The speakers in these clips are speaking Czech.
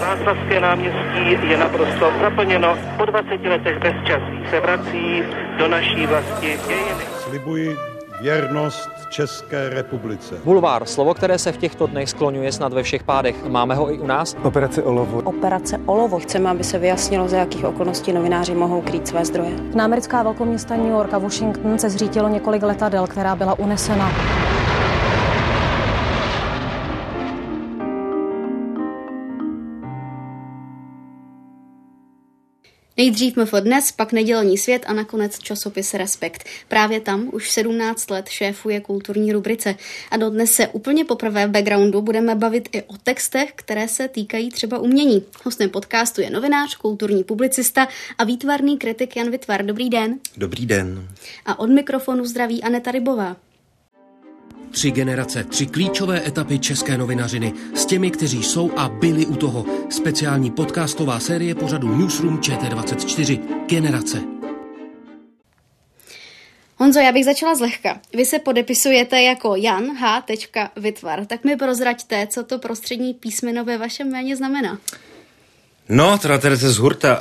Václavské náměstí je naprosto zaplněno. Po 20 letech bezčasí se vrací do naší vlasti dějiny. Slibuji věrnost České republice. Bulvár, slovo, které se v těchto dnech skloňuje snad ve všech pádech. Máme ho i u nás? Operace Olovo. Operace Olovo. Chceme, aby se vyjasnilo, za jakých okolností novináři mohou krýt své zdroje. Na americká velkoměsta New York a Washington se zřítilo několik letadel, která byla unesena. Nejdřív MF Dnes, pak Nedělní svět a nakonec časopis Respekt. Právě tam už 17 let šéfuje kulturní rubrice. A dodnes se úplně poprvé v backgroundu budeme bavit i o textech, které se týkají třeba umění. Hostem podcastu je novinář, kulturní publicista a výtvarný kritik Jan Witwer. Dobrý den. Dobrý den. A od mikrofonu zdraví Aneta Rybová. 3 generace, 3 klíčové etapy české novinařiny s těmi, kteří jsou a byli u toho. Speciální podcastová série pořadu Newsroom ČT24. Generace. Honzo, já bych začala zlehka. Vy se podepisujete jako Jan H. Witwer. Tak mi prozraďte, co to prostřední písmeno ve vašem jméně znamená. No, teda z hurta.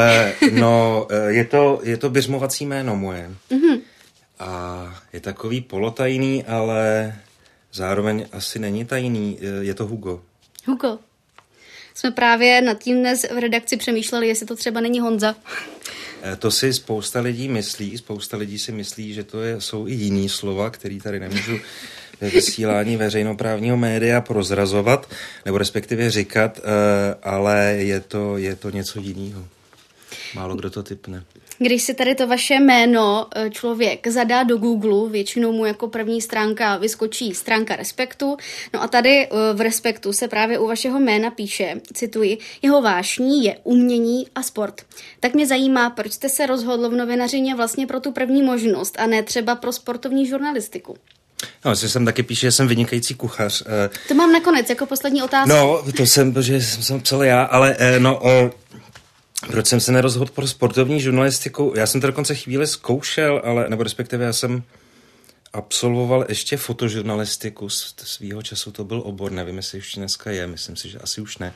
Je to běžmovací jméno moje. Mm-hmm. A je takový polotajný, ale zároveň asi není tajný. Je to Hugo. Hugo. Jsme právě nad tím dnes v redakci přemýšleli, jestli to třeba není Honza. To si spousta lidí myslí. Spousta lidí si myslí, že jsou i jiný slova, který tady nemůžu ve vysílání veřejnoprávního média prozrazovat, nebo respektive říkat, ale je to něco jiného. Málo kdo to tipne. Když si tady to vaše jméno člověk zadá do Google, většinou mu jako první stránka vyskočí stránka Respektu. No a tady v Respektu se právě u vašeho jména píše, cituji, jeho vášní je umění a sport. Tak mě zajímá, proč jste se rozhodl v novinařině vlastně pro tu první možnost a ne třeba pro sportovní žurnalistiku. No, jestli jsem taky píše, že jsem vynikající kuchař. To mám nakonec jako poslední otázku. No, to jsem psal já, ale proč jsem se nerozhodl pro sportovní žurnalistiku? Já jsem to dokonce chvíli zkoušel, nebo respektive já jsem absolvoval ještě fotožurnalistiku svýho času, to byl obor, nevím, jestli už dneska je, myslím si, že asi už ne.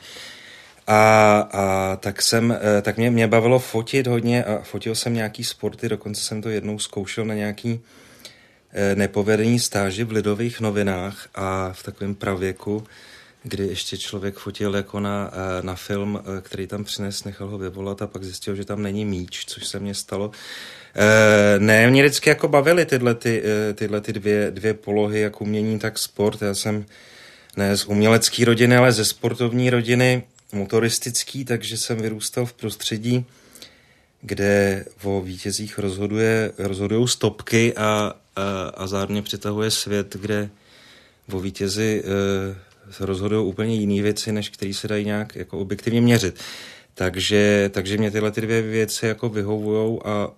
A tak mě bavilo fotit hodně a fotil jsem nějaký sporty, dokonce jsem to jednou zkoušel na nějaký nepovedený stáži v Lidových novinách a v takovém pravěku, kdy ještě člověk fotil jako na film, který tam přines, nechal ho vyvolat a pak zjistil, že tam není míč, což se mně stalo. Mě vždycky jako bavily tyhle dvě polohy, jak umění, tak sport. Já jsem ne z umělecké rodiny, ale ze sportovní rodiny, motoristický, takže jsem vyrůstal v prostředí, kde o vítězích rozhodujou stopky a zároveň přitahuje svět, kde o vítězi se rozhodují úplně jiné věci, než které se dají nějak jako objektivně měřit. Takže mě tyhle dvě věci jako vyhovujou a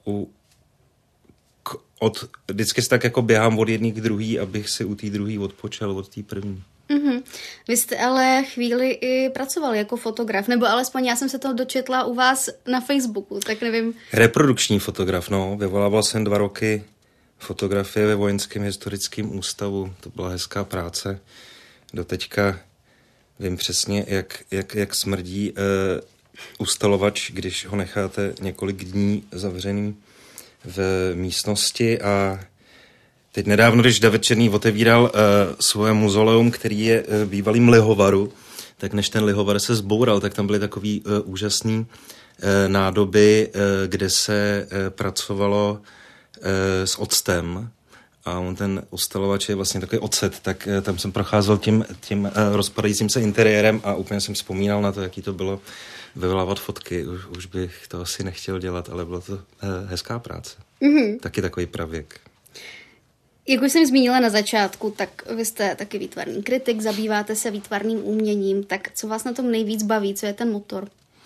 vždycky se tak jako běhám od jedné k druhý, abych si u té druhé odpočal od té první. Mm-hmm. Vy jste ale chvíli i pracoval jako fotograf, nebo alespoň já jsem se toho dočetla u vás na Facebooku, tak nevím. Reprodukční fotograf, vyvolával jsem 2 roky fotografie ve Vojenském historickém ústavu, to byla hezká práce. Doteďka vím přesně, jak smrdí ustalovač, když ho necháte několik dní zavřený v místnosti. A teď nedávno, když David Černý otevíral svoje muzeum, který je bývalým lihovaru, tak než ten lihovar se zboural, tak tam byly takový úžasný nádoby, kde se pracovalo s octem. A on ten ustalovač je vlastně takový ocet, tak tam jsem procházel tím rozpadajícím se interiérem a úplně jsem vzpomínal na to, jaký to bylo vyvolávat fotky. Už bych to asi nechtěl dělat, ale bylo to hezká práce. Mm-hmm. Taky takový pravěk. Jak už jsem zmínila na začátku, tak vy jste taky výtvarný kritik, zabýváte se výtvarným uměním, tak co vás na tom nejvíc baví, co je ten motor?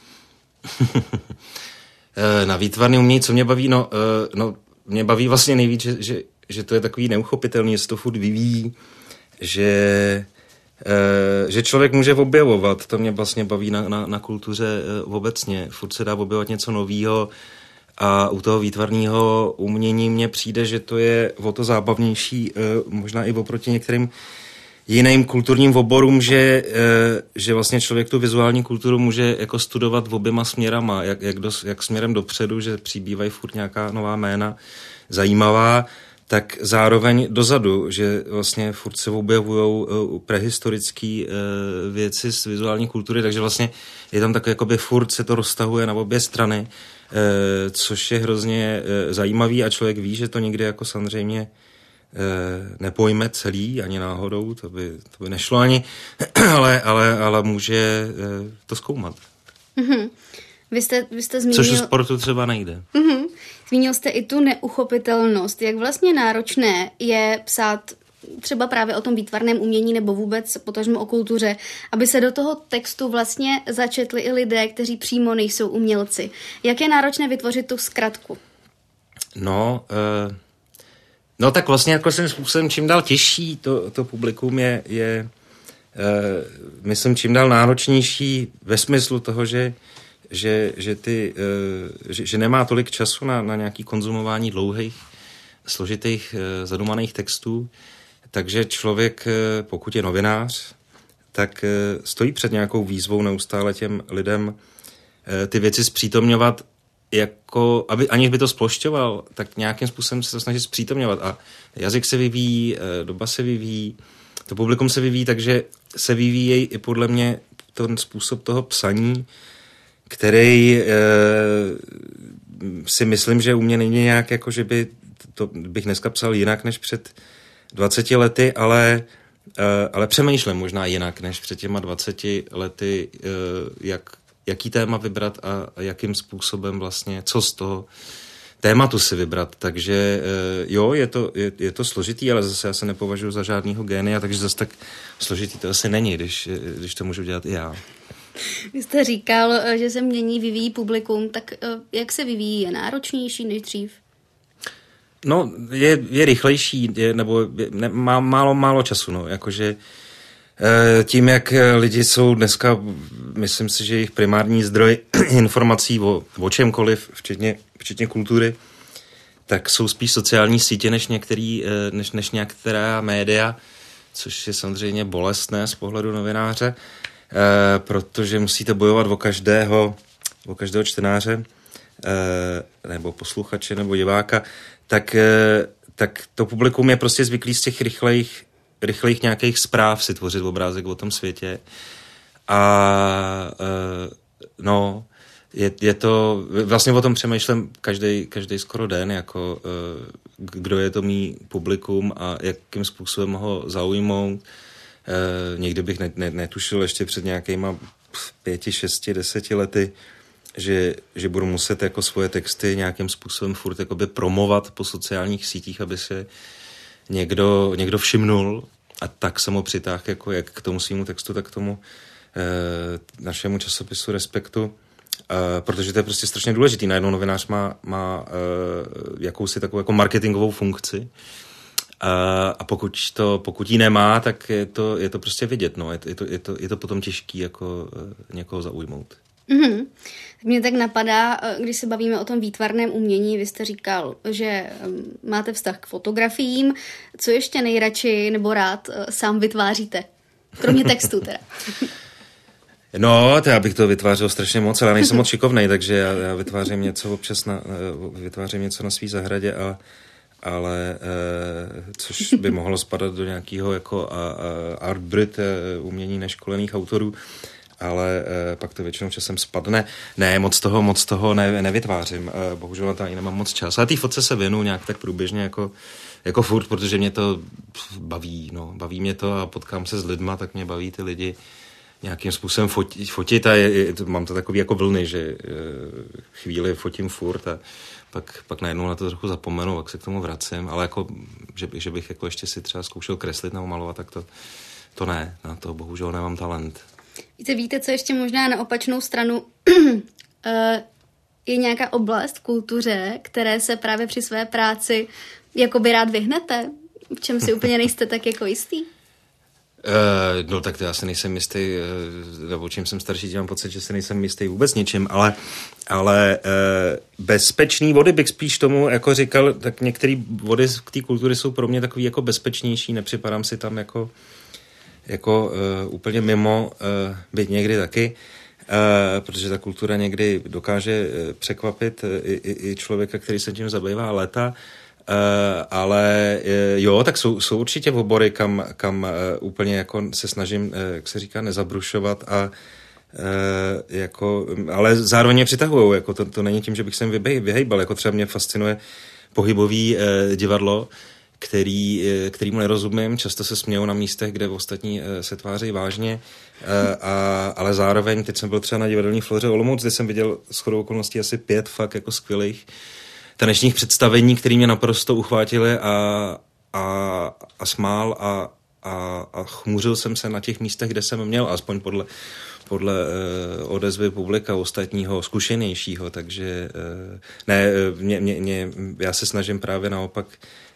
Na výtvarný umění, co mě baví? Mě baví vlastně nejvíc, že to je takový neuchopitelný, že se to furt vyvíjí, že člověk může objevovat. To mě vlastně baví na kultuře obecně. Furt se dá objevovat něco nového a u toho výtvarného umění mně přijde, že to je o to zábavnější, možná i oproti některým jiným kulturním oborům, že vlastně člověk tu vizuální kulturu může jako studovat oběma směrama, jak směrem dopředu, že přibývají furt nějaká nová jména zajímavá, tak zároveň dozadu, že vlastně furt se objevujou prehistorické věci z vizuální kultury, takže vlastně je tam tak jakoby furt se to roztahuje na obě strany, což je hrozně zajímavý a člověk ví, že to nikdy jako samozřejmě nepojme celý, ani náhodou, to by nešlo ani, ale může to zkoumat. Mm-hmm. Vy jste zmínil... Což u sportu třeba nejde. Mm-hmm. Zmínil jste i tu neuchopitelnost. Jak vlastně náročné je psát třeba právě o tom výtvarném umění nebo vůbec potažmo o kultuře, aby se do toho textu vlastně začetli i lidé, kteří přímo nejsou umělci. Jak je náročné vytvořit tu zkratku? No tak vlastně jako svým způsobem čím dál těžší to publikum je myslím čím dál náročnější ve smyslu toho, že nemá tolik času na nějaký konzumování dlouhých, složitých, zadumaných textů, takže člověk, pokud je novinář, tak stojí před nějakou výzvou neustále těm lidem ty věci zpřítomňovat, jako, aniž by to splošťoval, tak nějakým způsobem se to snaží zpřítomňovat. A jazyk se vyvíjí, doba se vyvíjí, to publikum se vyvíjí, takže se vyvíjí i podle mě ten způsob toho psaní, který si myslím, že u mě není nějak, jako že bych dneska psal jinak než před 20 lety, ale přemýšlím možná jinak než před těma 20 lety, jaký téma vybrat a jakým způsobem vlastně, co z toho tématu si vybrat. Takže jo, je to složitý, ale zase já se nepovažuji za žádnýho génia, takže zase tak složitý to asi není, když to můžu dělat i já. Vy jste říkal, že se mění, vyvíjí publikum, tak jak se vyvíjí? Je náročnější než dřív? No, je rychlejší, má málo času, no, jakože tím, jak lidi jsou dneska, myslím si, že jejich primární zdroj informací o čemkoliv, včetně kultury, tak jsou spíš sociální sítě než některá média, což je samozřejmě bolestné z pohledu novináře, protože musíte bojovat o každého čtenáře nebo posluchače nebo diváka, tak to publikum je prostě zvyklý z těch rychlejch nějakých zpráv si tvořit obrázek o tom světě. A je to, vlastně o tom přemýšlím každý skoro den, jako kdo je to mý publikum a jakým způsobem ho zaujmout. Někdy bych netušil ještě před nějakýma 5, 6, 10 lety, že budu muset jako svoje texty nějakým způsobem furt jakoby promovat po sociálních sítích, aby se někdo všimnul a tak se mu přitáhl jako jak k tomu svýmu textu, tak k tomu našemu časopisu Respektu, protože to je prostě strašně důležitý. Najednou novinář má jakousi takovou jako marketingovou funkci a pokud ji nemá, tak je to prostě vidět. No. Je to potom těžký jako někoho zaujmout. Mm-hmm. Mě tak napadá, když se bavíme o tom výtvarném umění, vy jste říkal, že máte vztah k fotografiím. Co ještě nejradši nebo rád sám vytváříte? Kromě textu teda. No, to já bych to vytvářel strašně moc, ale já nejsem moc šikovnej, takže já vytvářím něco občas na svý zahradě, ale což by mohlo spadat do nějakého jako art brut umění neškolených autorů, ale pak to většinou časem spadne. Ne, moc toho nevytvářím. Bohužel na to ani nemám moc čas. Ale té fotce se věnu nějak tak průběžně jako furt, protože mě to baví. No. Baví mě to a potkám se s lidma, tak mě baví ty lidi nějakým způsobem fotit a mám to takový jako vlny, že chvíli fotím furt a pak najednou na to trochu zapomenu, pak se k tomu vracím, ale jako, že bych jako ještě si třeba zkoušel kreslit nebo malovat, tak to ne, na to bohužel nemám talent. Víte, co ještě možná na opačnou stranu je nějaká oblast v kultuře, které se právě při své práci jakoby rád vyhnete? V čem si úplně nejste tak jako jistý? No tak to já si nejsem jistý, nebo čím jsem starší, mám pocit, že si nejsem jistý vůbec ničím, ale bezpečný vody bych spíš tomu jako říkal, tak některé vody k té kultury jsou pro mě takový jako bezpečnější, nepřipadám si tam jako jako úplně mimo, byť někdy taky, protože ta kultura někdy dokáže překvapit i člověka, který se tím zabývá léta. Ale jo, tak jsou určitě obory, kam úplně jako se snažím, jak se říká, nezabrušovat a jako, ale zároveň mě přitahujou, jako to není tím, že bych se jim vyhejbal, jako třeba mě fascinuje pohybový divadlo, kterýmu nerozumím, často se smějou na místech, kde ostatní se tváří vážně, ale zároveň, teď jsem byl třeba na divadelní Floře Olomouc, kde jsem viděl shodou okolností asi 5 fakt jako skvělých tanečních představení, které mě naprosto uchvátily a smál a chmuřil jsem se na těch místech, kde jsem měl, aspoň podle odezvy publika ostatního zkušenějšího, takže ne, já se snažím právě naopak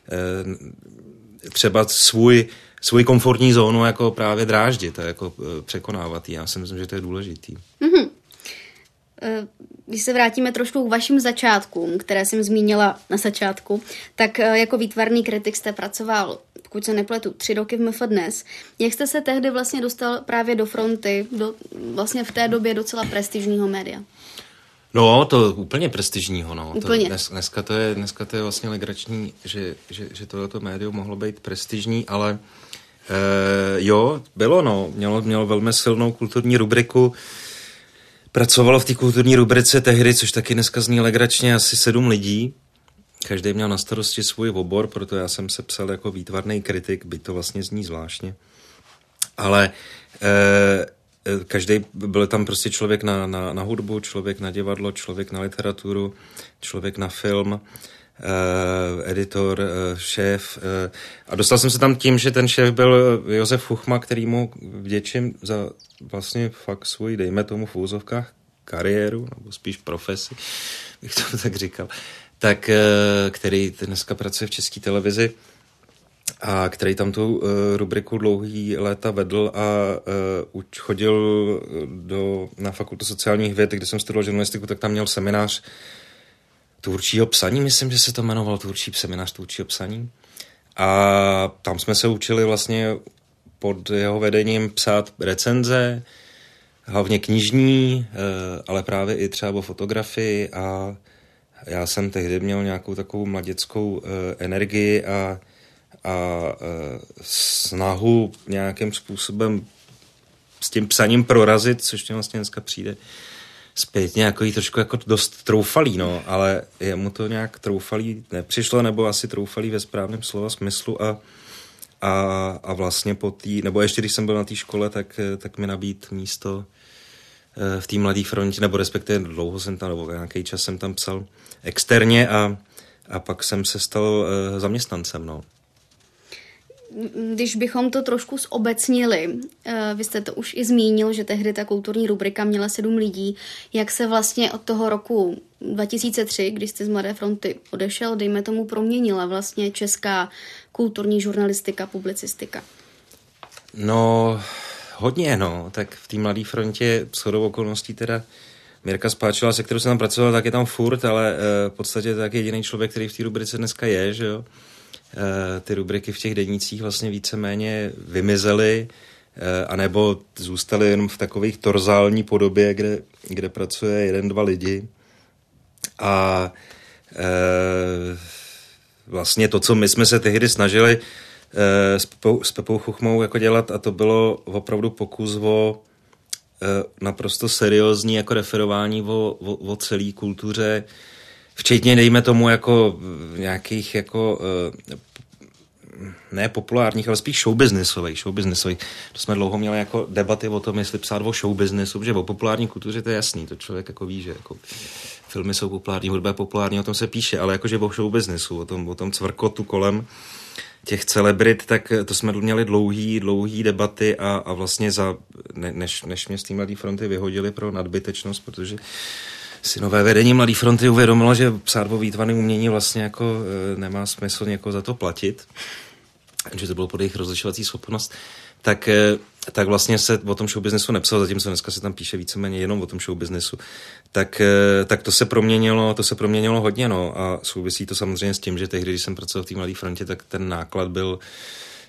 třeba svůj komfortní zónu jako právě dráždit a jako překonávat. Já si myslím, že to je důležitý. Mm-hmm. Když se vrátíme trošku k vašim začátkům, které jsem zmínila na začátku, tak jako výtvarný kritik jste pracoval, pokud se nepletu, 3 roky v MFDNES. Jak jste se tehdy vlastně dostal právě do Fronty, do vlastně v té době docela prestižního média? No, to úplně prestižního, no. Úplně. Dneska to je vlastně legrační, že tohleto médium mohlo být prestižní, ale jo, bylo, no. Mělo velmi silnou kulturní rubriku. Pracovalo v té kulturní rubrice tehdy, což taky dneska zní legračně, asi 7 lidí. Každý měl na starosti svůj obor, proto já jsem se psal jako výtvarný kritik, byť to vlastně zní zvláštně. Ale každý, byl tam prostě člověk na hudbu, člověk na divadlo, člověk na literaturu, člověk na film, editor, šéf. A dostal jsem se tam tím, že ten šéf byl Josef Fuchma, kterýmu vděčím za vlastně fakt svůj, dejme tomu v úzovkách, kariéru, nebo spíš profesi, bych to tak říkal, tak který dneska pracuje v České televizi a který tam tu rubriku dlouhý léta vedl a chodil na Fakultu sociálních věd, kde jsem studoval žurnalistiku, tak tam měl seminář tvůrčího psaní, myslím, že se to jmenovalo seminář tvůrčího psaní. A tam jsme se učili vlastně pod jeho vedením psát recenze, hlavně knižní, ale právě i třeba o fotografii a já jsem tehdy měl nějakou takovou mladěckou energii a snahu nějakým způsobem s tím psaním prorazit, což mě vlastně dneska přijde zpětně jako trošku jako dost troufalý, no, ale jemu to nějak troufalý nepřišlo, nebo asi troufalý ve správném slova smyslu a vlastně nebo ještě když jsem byl na té škole, tak mi nabít místo v té Mladé frontě, nebo respektive dlouho jsem tam, nebo nějaký čas jsem tam psal externě a pak jsem se stal zaměstnancem, no. Když bychom to trošku zobecnili, vy jste to už i zmínil, že tehdy ta kulturní rubrika měla 7 lidí, jak se vlastně od toho roku 2003, když jste z Mladé fronty odešel, dejme tomu, proměnila vlastně česká kulturní žurnalistika, publicistika? No, hodně, no. Tak v té Mladé frontě shodou okolností teda Mirka Spáčová, se kterou jsem tam pracoval, tak je tam furt, ale v podstatě tak jediný člověk, který v té rubrice dneska je, že jo. Ty rubriky v těch denících vlastně víceméně vymizely, anebo zůstaly jenom v takových torzální podobě, kde pracuje 1-2 lidi. A vlastně to, co my jsme se tehdy snažili s Pepou Chuchmou jako dělat, a to bylo opravdu pokus o naprosto seriózní jako referování o celé kultuře, včetně, dejme tomu, jako nějakých jako ne populárních, ale spíš showbiznisových. To jsme dlouho měli jako debaty o tom, jestli psát o showbiznisu, protože o populární kultuře to je jasný, to člověk jako ví, že jako filmy jsou populární, hudba je populární, o tom se píše, ale jakože o showbiznisu, o tom cvrkotu kolem těch celebrit, tak to jsme měli dlouhý debaty a vlastně než mě z té Mladé fronty vyhodili pro nadbytečnost, protože si nové vedení Mladé fronty uvědomilo, že psát o výtvarném umění vlastně jako nemá smysl někoho za to platit, že to bylo pod jejich rozlišovací schopnost, tak vlastně se o tom showbiznesu nepsalo, zatímco dneska se tam píše víceméně jenom o tom showbiznesu. Tak to se proměnilo hodně, no, a souvisí to samozřejmě s tím, že tehdy, když jsem pracoval v té Mladé frontě, tak ten náklad byl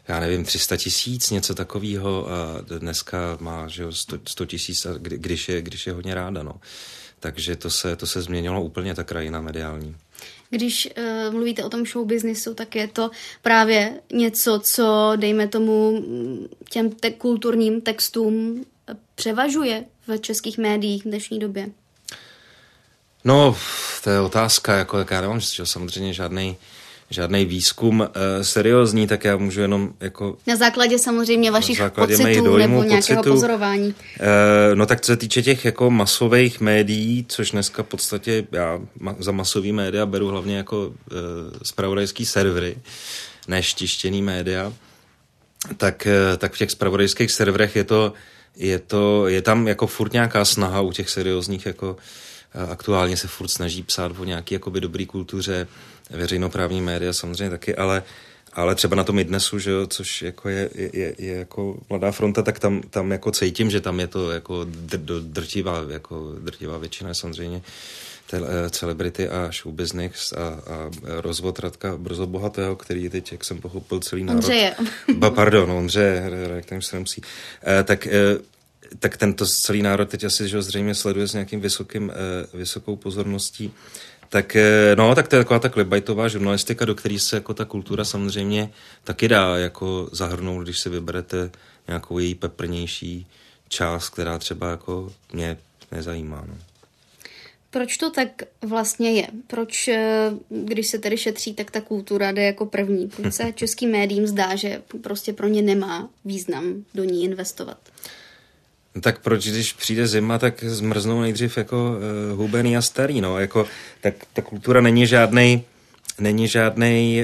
já nevím, 300 000, něco takového a dneska má, že jo, 100 000, když je hodně ráda, no. Takže to se změnilo úplně, ta krajina mediální. Když mluvíte o tom show businessu, tak je to právě něco, co, dejme tomu, těm kulturním textům převažuje v českých médiích v dnešní době? No, to je otázka, jako já nemám samozřejmě žádný výzkum seriózní, tak já můžu jenom jako... Na základě samozřejmě vašich pocitů nebo nějakého pozorování. No tak co se týče těch jako masových médií, což dneska v podstatě já za masový média beru hlavně jako zpravodajský servery, než tištěný média, tak v těch zpravodajských serverech je tam jako furt nějaká snaha u těch seriózních jako aktuálně se furt snaží psát o nějaký jakoby dobrý kultuře, veřejnoprávní média samozřejmě taky, ale třeba na tom iDnesu, že jo, což jako je jako Mladá fronta, tak tam jako cítím, že tam je to jako drtivá většina samozřejmě celebrity a show business a rozvod Radka Brzobohatého, který teď, jak jsem pochopil, celý národ... Ondřeje. Ondřeje, jak se nemusí. Tak tento celý národ teď asi, že zřejmě sleduje s nějakým vysokou pozorností. Tak to je taková ta clickbaitová žurnalistika, do které se jako ta kultura samozřejmě taky dá jako zahrnout, když si vyberete nějakou její peprnější část, která třeba jako mě nezajímá. No. Proč to tak vlastně je? Proč, když se tedy šetří, tak ta kultura jde jako první? Proč se českým médiím zdá, že prostě pro ně nemá význam do ní investovat? Tak proč, když přijde zima, tak zmrznou nejdřív jako hubený a starý, no, jako, tak ta kultura není žádnej,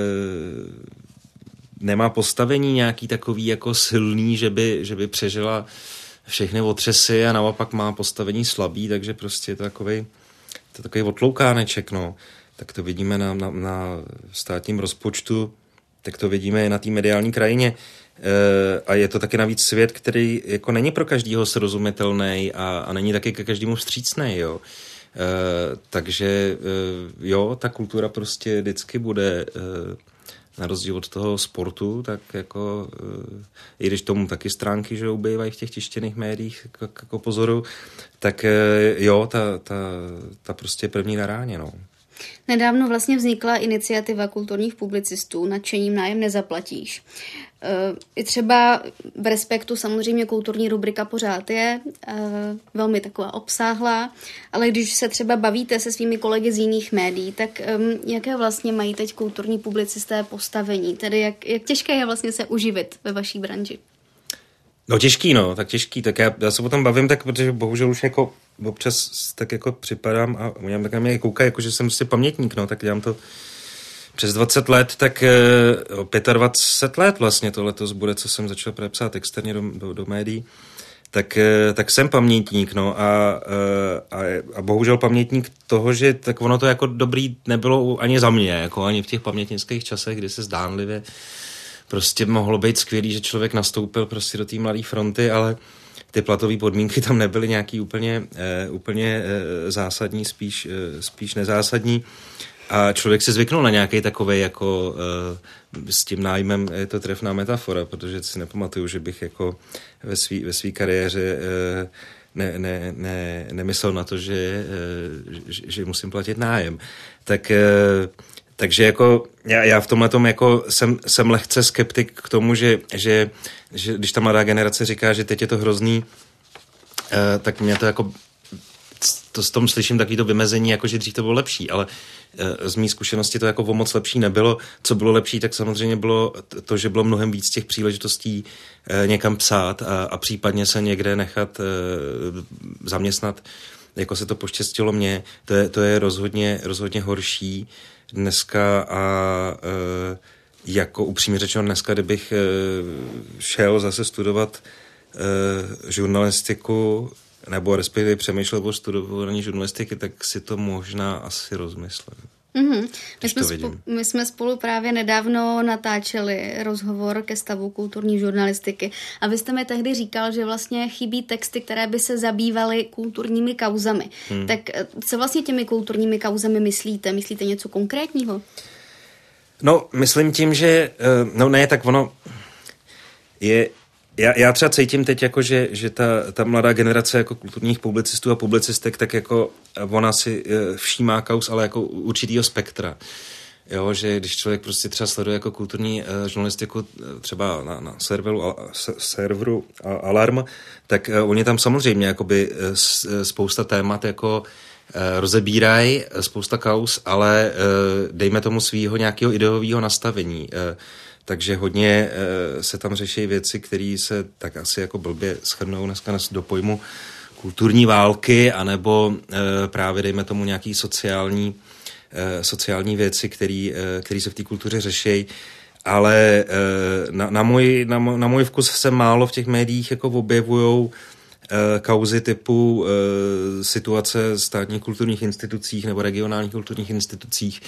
nemá postavení nějaký takový jako silný, že by přežila všechny otřesy a naopak má postavení slabý, takže prostě je to takový otloukáneček, no. Tak to vidíme na státním rozpočtu, tak to vidíme i na té mediální krajině. A je to taky navíc svět, který jako není pro každýho srozumitelný a není taky ke každému vstřícnej, jo. Takže jo, ta kultura prostě vždycky bude na rozdíl od toho sportu, tak jako i když tomu taky stránky, že ubývají v těch tištěných médiích jako pozoru, tak jo, ta prostě první na ráně, no. Nedávno vlastně vznikla iniciativa kulturních publicistů Nadšením nájem nezaplatíš. I třeba v Respektu samozřejmě kulturní rubrika pořád je velmi taková obsáhlá, ale když se třeba bavíte se svými kolegy z jiných médií, tak jaké vlastně mají teď kulturní publicisté postavení? Tedy jak těžké je vlastně se uživit ve vaší branži? No těžký, tak já se o tom bavím, tak protože bohužel už jako občas tak jako připadám a oni tak na mě koukají, jako že jsem prostě pamětník, no, tak dělám to přes 20 let, tak 25 let vlastně to letos bude, co jsem začal psát externě do médií, tak jsem pamětník, no, a bohužel pamětník toho, že tak ono to jako dobrý nebylo ani za mě, jako ani v těch pamětnických časech, kdy se zdánlivě prostě mohlo být skvělý, že člověk nastoupil prostě do té Mladé fronty, ale ty platové podmínky tam nebyly nějaký úplně zásadní, spíš nezásadní. A člověk se zvyknul na nějaký takovej jako s tím nájmem, je to trefná metafora, protože si nepamatuju, že bych jako ve své kariéře nemyslel na to, že musím platit nájem. Takže jako já v tomhletom jako jsem lehce skeptik k tomu, že když ta mladá generace říká, že teď je to hrozný, tak mě to jako to s tom slyším takový to vymezení, jako že dřív to bylo lepší, ale z mý zkušenosti to jako o moc lepší nebylo. Co bylo lepší, tak samozřejmě bylo to, že bylo mnohem víc těch příležitostí někam psát a případně se někde nechat zaměstnat, jako se to poštěstilo mně. To je rozhodně horší dneska a jako upřímně řečeno dneska, kdybych šel zase studovat žurnalistiku nebo respektive přemýšlel o studování žurnalistiky, tak si to možná asi rozmyslím. Mm-hmm. My jsme spolu právě nedávno natáčeli rozhovor ke stavu kulturní žurnalistiky a vy jste mi tehdy říkal, že vlastně chybí texty, které by se zabývaly kulturními kauzami. Tak co vlastně těmi kulturními kauzami myslíte? Myslíte něco konkrétního? No, myslím tím, že tak ono Já třeba cítím teď, jako, že ta mladá generace jako kulturních publicistů a publicistek, tak jako ona si všímá kauz, ale jako určitýho spektra. Jo, že když člověk prostě třeba sleduje jako kulturní žurnalistiku třeba na serveru Alarm, tak oni tam samozřejmě jakoby spousta témat jako rozebírají, spousta kauz, ale dejme tomu svýho nějakého ideového nastavení. Takže hodně se tam řeší věci, které se tak asi jako blbě shrnou dneska do pojmu kulturní války, anebo právě dejme tomu nějaký sociální věci, které se v té kultuře řeší, ale na můj vkus se málo v těch médiích jako objevujou kauzy typu situace státních kulturních institucích nebo regionálních kulturních institucích,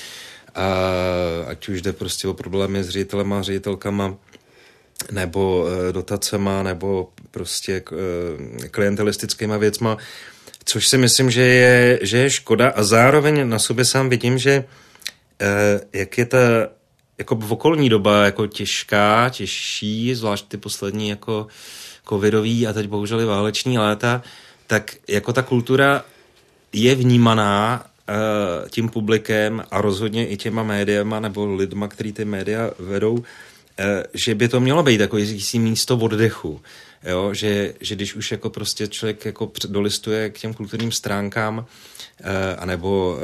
ať už jde prostě o problémy s ředitelema, ředitelkama, nebo dotacema, nebo prostě klientelistickýma věcma, což si myslím, že je škoda a zároveň na sobě sám vidím, že jak je ta jako okolní doba jako těžší, zvlášť ty poslední jako covidový a teď bohužel i váleční léta, tak jako ta kultura je vnímaná tím publikem a rozhodně i těma médiama nebo lidma, který ty média vedou, že by to mělo být jako jistý místo oddechu. Jo? Že když už jako prostě člověk jako dolistuje k těm kulturním stránkám anebo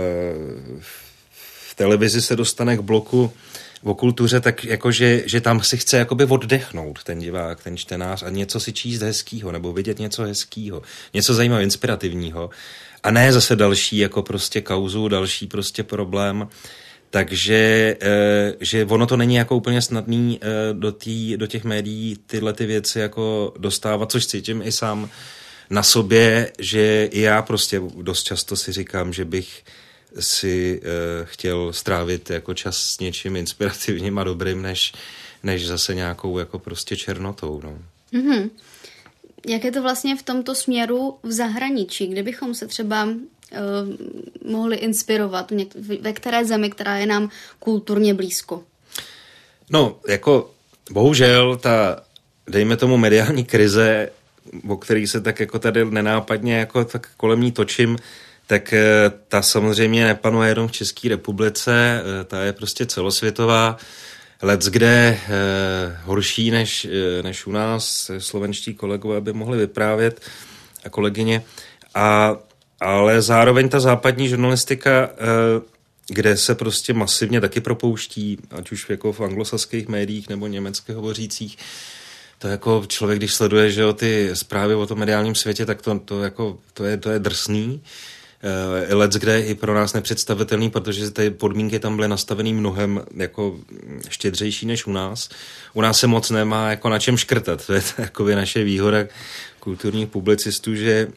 v televizi se dostane k bloku o kultuře, tak jako, že tam si chce jakoby oddechnout ten divák, ten čtenář a něco si číst hezkýho nebo vidět něco hezkýho, něco zajímavého, inspirativního a ne zase další jako prostě kauzu, další prostě problém. Takže že ono to není jako úplně snadný do těch médií tyhle ty věci jako dostávat, což cítím i sám na sobě, že i já prostě dost často si říkám, že bych si chtěl strávit jako čas s něčím inspirativním a dobrým, než zase nějakou jako prostě černotou. No. Mm-hmm. Jak je to vlastně v tomto směru v zahraničí? Kde bychom se třeba mohli inspirovat? Ve které zemi, která je nám kulturně blízko? No, jako bohužel ta, dejme tomu, mediální krize, o který se tak jako tady nenápadně jako tak kolem ní točím, tak ta samozřejmě nepanuje jenom v České republice, ta je prostě celosvětová, leckde horší než u nás, slovenští kolegové by mohli vyprávět a kolegyně, ale zároveň ta západní žurnalistika, kde se prostě masivně taky propouští, ať už jako v anglosaských médiích nebo německy hovořících, to jako člověk, když sleduje, že jo, ty zprávy o tom mediálním světě, tak to je drsný. Leckde i pro nás nepředstavitelný, protože ty podmínky tam byly nastavený mnohem jako štědřejší než u nás. U nás se moc nemá jako na čem škrtat. To je takově naše výhoda kulturních publicistů,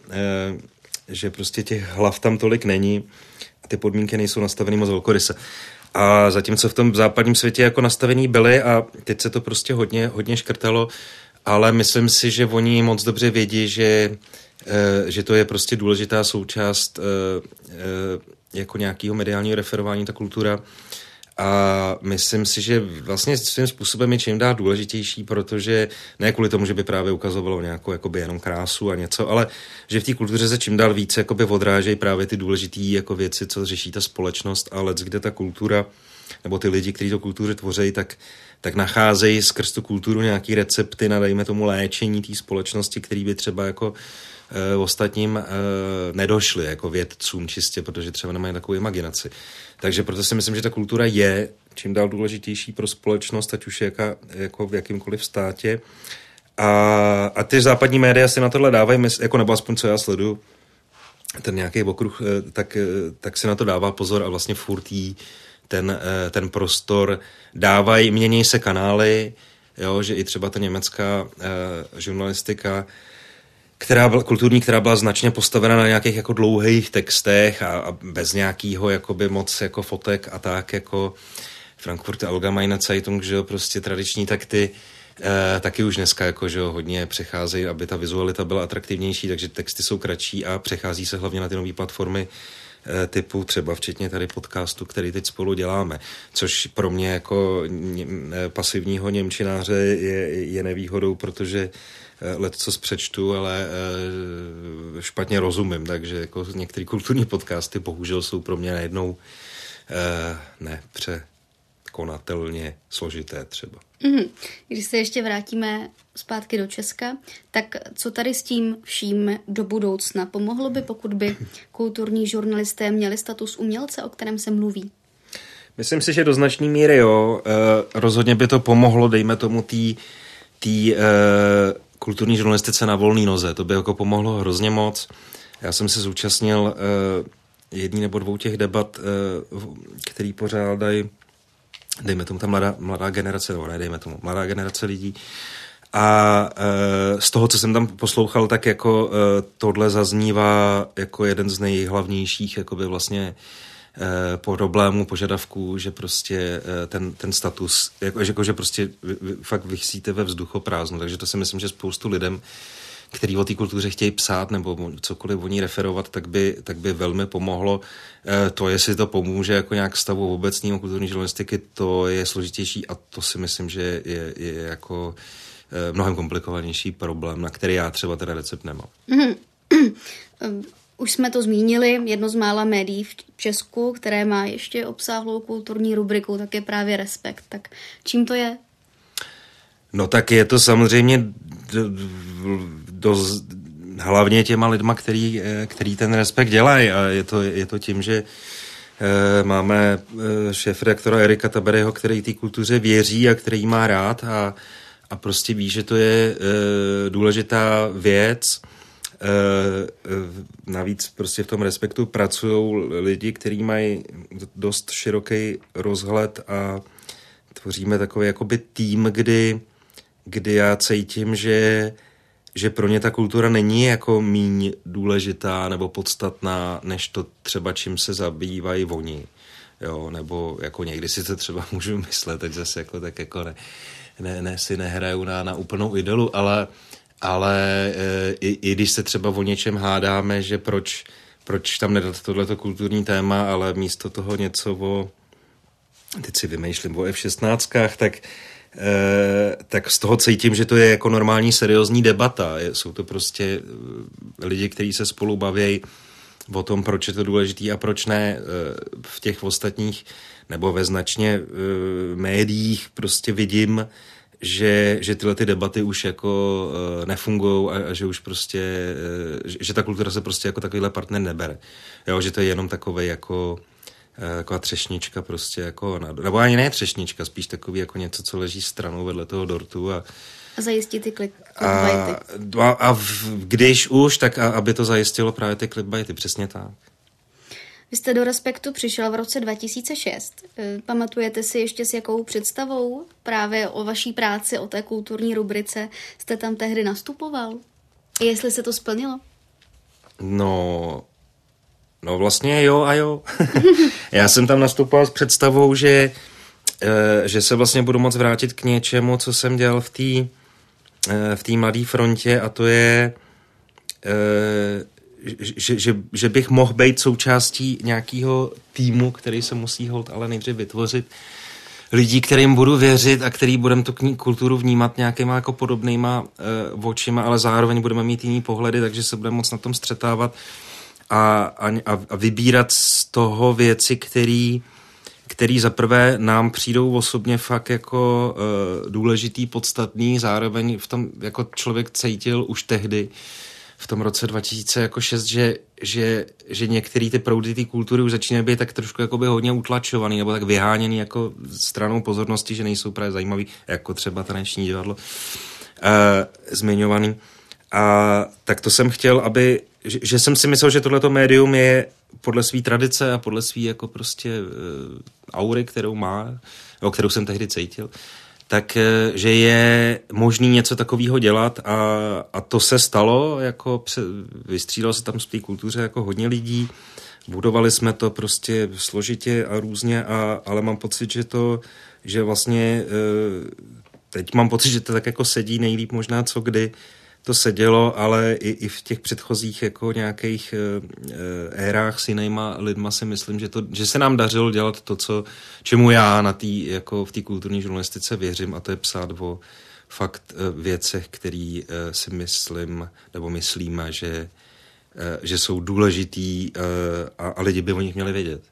že prostě těch hlav tam tolik není a ty podmínky nejsou nastavený moc velkoryse. A zatímco v tom západním světě jako nastavený byly a teď se to prostě hodně škrtalo, ale myslím si, že oni moc dobře vědí, že to je prostě důležitá součást jako nějakého mediálního referování, ta kultura. A myslím si, že vlastně svým způsobem je čím dál důležitější, protože ne kvůli tomu, že by právě ukazovalo nějakou jakoby jenom krásu a něco, ale že v té kultuře se čím dál více jakoby odrážejí právě ty důležité jako věci, co řeší ta společnost, ale kde ta kultura nebo ty lidi, kteří to kultuře tvoří, tak nacházejí skrz tu kulturu nějaký recepty na, dejme tomu, léčení té společnosti, který by třeba jako ostatním nedošli, jako vědcům čistě, protože třeba nemají takovou imaginaci. Takže proto si myslím, že ta kultura je čím dál důležitější pro společnost, ať už je jako v jakýmkoliv státě. A ty západní média si na tohle dávají, jako nebo aspoň co já sleduju, ten nějaký okruh, tak si na to dává pozor a vlastně furt jí ten prostor dávají, mění se kanály, jo, že i třeba ta německá žurnalistika, která byla značně postavena na nějakých jako dlouhých textech a bez nějakého jakoby moc jako fotek a tak jako Frankfurter Allgemeine Zeitung, že jo, prostě tradiční, tak ty taky už dneska jako, že jo, hodně přecházejí, aby ta vizualita byla atraktivnější, takže texty jsou kratší a přechází se hlavně na ty nové platformy typu, třeba včetně tady podcastu, který teď spolu děláme, což pro mě jako pasivního němčináře je nevýhodou, protože lecos přečtu, ale špatně rozumím, takže jako některé kulturní podcasty bohužel jsou pro mě najednou nepřekonatelně složité třeba. Když se ještě vrátíme zpátky do Česka, tak co tady s tím vším do budoucna? Pomohlo by, pokud by kulturní žurnalisté měli status umělce, o kterém se mluví? Myslím si, že do značné míry jo. Rozhodně by to pomohlo, dejme tomu té kulturní žurnalistice na volné noze. To by jako pomohlo hrozně moc. Já jsem se zúčastnil jedný nebo dvou těch debat, který pořádají, dejme tomu ta mladá generace, nebo ne, dejme tomu mladá generace lidí. A z toho, co jsem tam poslouchal, tak jako tohle zaznívá jako jeden z nejhlavnějších jakoby vlastně problémů, požadavků, že prostě ten status, že prostě fakt vysíte ve vzduchoprázdnu. Takže to si myslím, že spoustu lidem, který o té kultuře chtějí psát nebo cokoliv o ní referovat, tak by velmi pomohlo. To, jestli to pomůže jako nějak stavu obecného kulturní žurnalistiky, to je složitější a to si myslím, že je jako mnohem komplikovanější problém, na který já třeba teda recept nemám. Už jsme to zmínili, jedno z mála médií v Česku, které má ještě obsáhlou kulturní rubriku, tak je právě Respekt. Tak čím to je? No tak je to samozřejmě hlavně těma lidma, který ten Respekt dělají a je to tím, že máme šéfredaktora Erika Taberyho, který té kultuře věří a který má rád a prostě ví, že to je důležitá věc. Navíc prostě v tom Respektu pracují lidi, kteří mají dost široký rozhled a tvoříme takový jakoby tým, kdy já cítím, že pro ně ta kultura není jako míň důležitá nebo podstatná, než to třeba čím se zabývají oni. Jo, nebo jako někdy si to třeba můžu myslet, teď zase jako tak jako ne si nehraju na úplnou idolu, ale i když se třeba o něčem hádáme, že proč tam nedat tohleto kulturní téma, ale místo toho něco teď si vymýšlím o F-16, tak z toho cítím, že to je jako normální seriózní debata. Jsou to prostě lidi, kteří se spolu baví o tom, proč je to důležitý a proč ne. V těch ostatních nebo ve značně médiích prostě vidím, že tyhle ty debaty už jako nefungujou a že už prostě, že ta kultura se prostě jako takovýhle partner nebere. Jo, že to je jenom takovej jako taková třešnička prostě jako, nebo ani ne třešnička, spíš takový jako něco, co leží stranou vedle toho dortu a zajistit ty clickbaity. Když už, tak aby to zajistilo právě ty clickbaity, přesně tak. Vy jste do Respektu přišel v roce 2006. Pamatujete si ještě s jakou představou právě o vaší práci, o té kulturní rubrice jste tam tehdy nastupoval? Jestli se to splnilo? No vlastně jo a jo. Já jsem tam nastupoval s představou, že se vlastně budu moct vrátit k něčemu, co jsem dělal v té Mladé frontě a to je že bych mohl být součástí nějakého týmu, který se musí holt ale nejdřív vytvořit. Lidí, kterým budu věřit a který budeme tu kulturu vnímat nějakýma jako podobnýma očima, ale zároveň budeme mít jiný pohledy, takže se budeme moc na tom střetávat a vybírat z toho věci, který zaprvé nám přijdou osobně fakt jako důležitý, podstatný, zároveň v tom jako člověk cítil už tehdy, v tom roce 2006, že některé ty proudy té kultury už začínají být tak trošku jakoby hodně utlačovaný nebo tak vyháněný jako stranou pozornosti, že nejsou právě zajímavý, jako třeba taneční divadlo zmiňovaný. A tak to jsem chtěl, že jsem si myslel, že tohleto médium je podle své tradice a podle své jako prostě aury, kterou má, o kterou jsem tehdy cítil, tak že je možný něco takového dělat a to se stalo, jako vystřídalo se tam v té kultuře jako hodně lidí, budovali jsme to prostě složitě a různě, ale mám pocit, že vlastně teď mám pocit, že to tak jako sedí nejlíp možná co kdy, to sedělo, ale i v těch předchozích jako nějakých érách s jinýma lidma si myslím, že se nám dařilo dělat to, čemu já jako v té kulturní žurnalistice věřím, a to je psát o fakt věcech, který si myslím, nebo myslíme, že jsou důležitý a lidi by o nich měli vědět.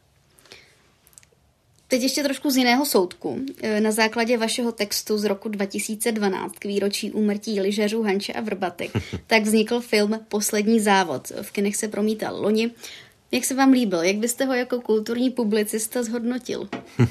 Teď ještě trošku z jiného soudku. Na základě vašeho textu z roku 2012 k výročí úmrtí lyžařů Hanče a Vrbaty, tak vznikl film Poslední závod. V kinech se promítal loni. Jak se vám líbil? Jak byste ho jako kulturní publicista zhodnotil?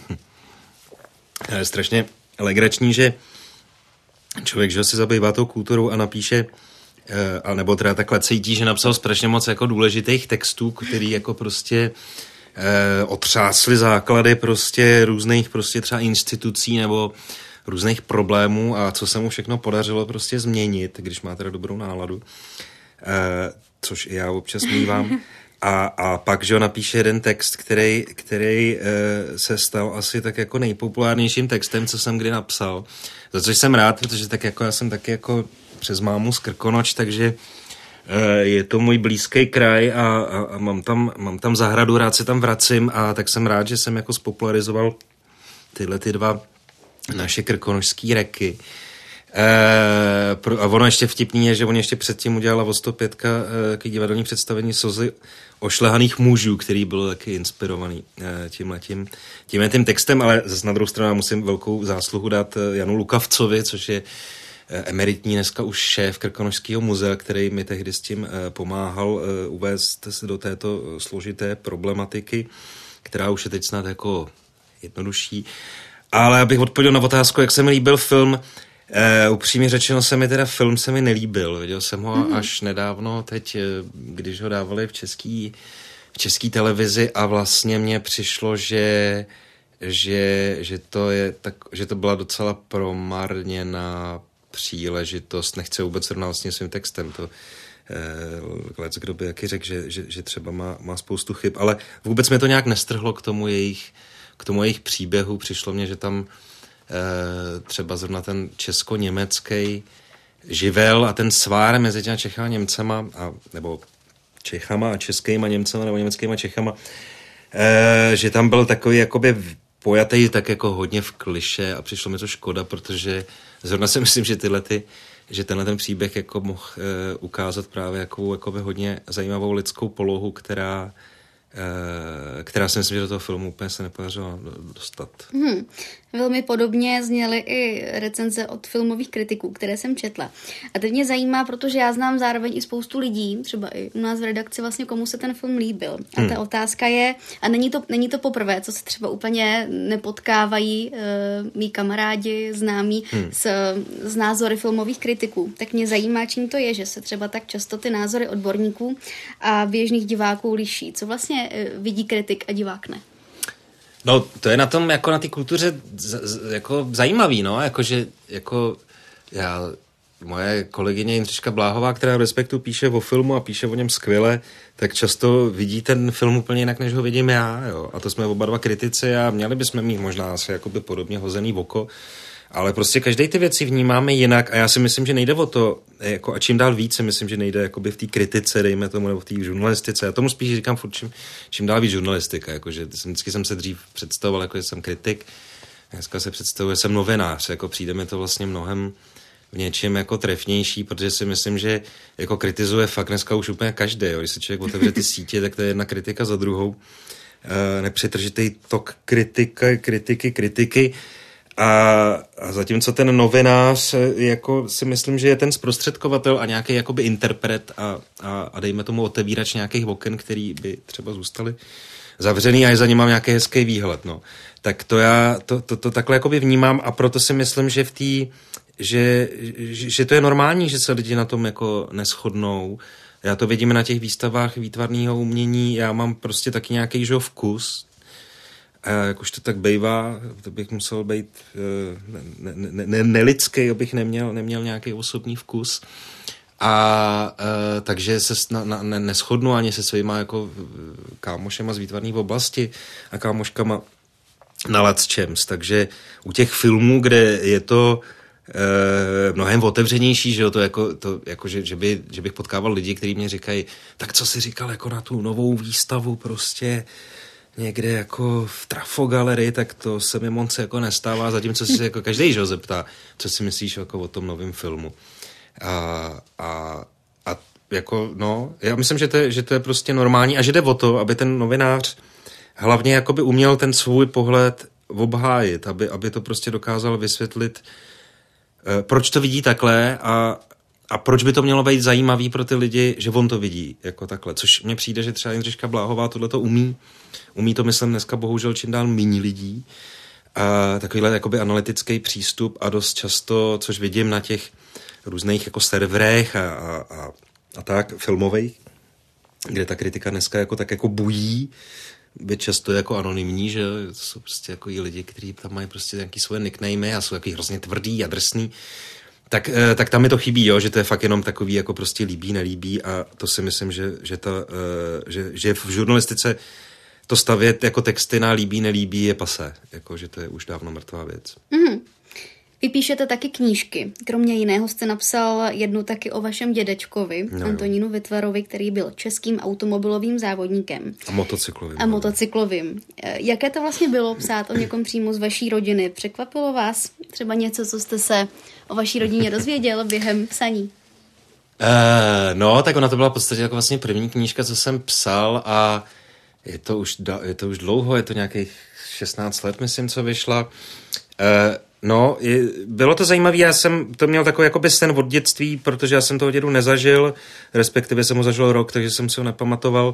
Je strašně legrační, že člověk, že si zabývá tou kulturou a napíše, nebo teda takhle cítí, že napsal strašně moc jako důležitých textů, který jako prostě otřásly základy prostě různých prostě třeba institucí nebo různých problémů a co se mu všechno podařilo prostě změnit, když má teda dobrou náladu, což i já občas mívám. A pak, že ho napíše jeden text, který se stal asi tak jako nejpopulárnějším textem, co jsem kdy napsal. Za což jsem rád, protože tak jako já jsem taky jako přes mámu z Krkonoš, takže je to můj blízký kraj a mám tam zahradu, rád se tam vracím a tak jsem rád, že jsem jako spopularizoval tyhle ty dva naše krkonošský reky. A ono ještě vtipný je, že on ještě předtím udělala o 105 taky divadelní představení Slzy ošlehaných mužů, který byl taky inspirovaný tímhletím textem, ale zase na druhou stranu musím velkou zásluhu dát Janu Lukavcovi, což je emeritní dneska už šéf Krkonošského muzea, který mi tehdy s tím pomáhal uvést se do této složité problematiky, která už je teď snad jako jednodušší. Ale abych odpověděl na otázku, jak se mi líbil film, upřímně řečeno film se mi nelíbil. Viděl jsem ho až nedávno teď, když ho dávali v české televizi a vlastně mně přišlo, že to byla docela promarněná příležitost. Nechci vůbec srovnávat s tím svým textem. To kdo by jaký řekl, že třeba má spoustu chyb, ale vůbec mě to nějak nestrhlo k tomu jejich příběhu. Přišlo mně, že tam třeba zrovna ten česko-německý živel a ten svár mezi těma Čechama a Němcema, nebo Čechama a českýma Němcema, nebo německýma Čechama, že tam byl takový jakoby pojatý tak jako hodně v kliše a přišlo mi to škoda, protože zrovna si myslím, že tenhle ten příběh jako mohl ukázat právě jakoby hodně zajímavou lidskou polohu, která si myslím, že do toho filmu úplně se nepodařilo dostat. Velmi podobně zněly i recenze od filmových kritiků, které jsem četla. A teď mě zajímá, protože já znám zároveň i spoustu lidí, třeba i u nás v redakci, vlastně komu se ten film líbil. A ta otázka je, a není to poprvé, co se třeba úplně nepotkávají mý kamarádi, známí z názory filmových kritiků. Tak mě zajímá, čím to je, že se třeba tak často ty názory odborníků a běžných diváků liší. Co vlastně vidí kritik a divák ne? No, to je na tom, jako na té kultuře jako zajímavý, no, jakože, jako moje kolegyně Jindřiška Bláhová, která v Respektu píše o filmu a píše o něm skvěle, tak často vidí ten film úplně jinak, než ho vidím já, jo, a to jsme oba dva kritici a měli bychom mít možná asi jakoby podobně hozený oko, ale prostě každý ty věci vnímáme jinak a já si myslím, že nejde o to, jako a čím dál více, myslím, že nejde jakoby v té kritice, dejme tomu, nebo v té žurnalistice. Já tomu spíš říkám furt, čím dál víc žurnalistika, jakože vždycky jsem se dřív představoval, jako že jsem kritik, dneska se představuje, že jsem novinář, jako přijde mi to vlastně mnohem v něčem jako trefnější, protože si myslím, že jako kritizuje fakt dneska už úplně každý, jo. Když se člověk otevře ty sítě, tak to je jedna kritika za druhou. Nepřetržitý tok kritiky. A zatímco ten novinář jako si myslím, že je ten zprostředkovatel a nějaký jakoby interpret a dejme tomu otevírač nějakých oken, který by třeba zůstaly zavřený a je za ním mám nějaký hezký výhled, no. Tak to já to takhle jakoby vnímám a proto si myslím, že že to je normální, že se lidi na tom jako neshodnou. Já to vidím na těch výstavách výtvarného umění, já mám prostě taky nějaký vkus. A jak už to tak bejvá, to bych musel být nelidský, abych neměl nějaký osobní vkus. A takže se neshodnu ani se svýma jako kámošema z výtvarné oblasti a kámoškama na lecčems. Takže u těch filmů, kde je to mnohem otevřenější, že jo, že bych potkával lidi, kteří mě říkají, tak co jsi říkal jako na tu novou výstavu prostě někde jako v Trafogalerii, tak to se mi moc jako nestává, zatímco si jako každý že ho zeptá, co si myslíš jako o tom novém filmu. A jako, no, já myslím, že to je prostě normální a že jde o to, aby ten novinář hlavně jakoby uměl ten svůj pohled obhájit, aby to prostě dokázal vysvětlit, proč to vidí takhle a proč by to mělo být zajímavý pro ty lidi, že on to vidí jako takhle. Což mně přijde, že třeba Jindřiška Bláhová tohleto umí. Umí to, myslím, dneska bohužel čím dál méně lidí. Takovýhle jakoby analytický přístup a dost často, což vidím na těch různých jako serverech a tak filmových, kde ta kritika dneska jako tak jako bují, byť často jako anonymní, že to jsou prostě jako i lidi, kteří tam mají prostě nějaký svoje nicknamy a jsou jaký hrozně tvrdý a drsný, tak tam mi to chybí, jo, že to je fakt jenom takový jako prostě líbí, nelíbí a to si myslím, že v žurnalistice to stavět jako texty na líbí, nelíbí je pasé, jako že to je už dávno mrtvá věc. Mm. Vy píšete taky knížky. Kromě jiného jste napsal jednu taky o vašem dědečkovi, Antonínu Vytvarovi, který byl českým automobilovým závodníkem. A motocyklovým. Jaké to vlastně bylo psát o někom přímo z vaší rodiny? Překvapilo vás třeba něco, co jste se o vaší rodině dozvěděl během psaní? No, tak ona to byla v podstatě jako vlastně první knížka, co jsem psal a je to už dlouho, je to nějakých 16 let, myslím, co vyšla. No, bylo to zajímavé, já jsem to měl takový jakoby sen od dětství, protože já jsem toho dědu nezažil, respektive jsem ho zažil rok, takže jsem si ho nepamatoval.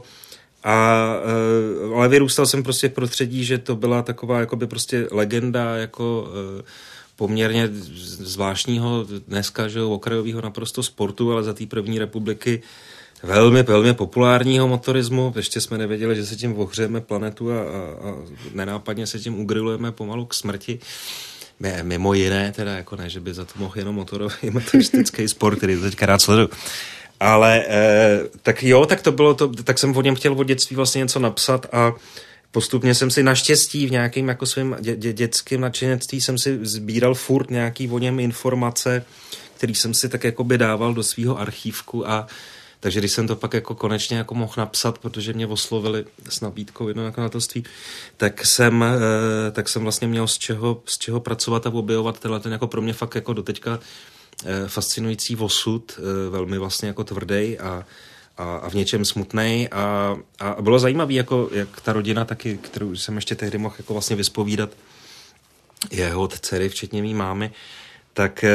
Ale vyrůstal jsem prostě v prostředí, že to byla taková jakoby prostě legenda, jako poměrně zvláštního dneska, že okrajového naprosto sportu, ale za té první republiky velmi, velmi populárního motorismu. Ještě jsme nevěděli, že se tím ohřejeme planetu a nenápadně se tím ugrilujeme pomalu k smrti. Mimo jiné, teda jako ne, že by za to mohl jenom motoristický sport, který teďka rád sleduju. Ale tak jo, tak to bylo to, tak jsem o něm chtěl od dětství vlastně něco napsat a postupně jsem si naštěstí v nějakém jako svém dětském nadšenectví jsem si sbíral furt nějaký o něm informace, který jsem si tak jako by dával do svého archívku a takže když jsem to pak jako konečně jako mohl napsat, protože mě oslovili s nabídkou jedno nakladatelství, tak jsem vlastně měl z čeho pracovat a objevovat ten jako pro mě fakt jako doteďka fascinující osud, velmi vlastně jako tvrdý a v něčem smutnej a bylo zajímavé, jako jak ta rodina taky, kterou jsem ještě tehdy mohl jako vlastně vyspovídat, jeho od dcery, včetně mý mámy, tak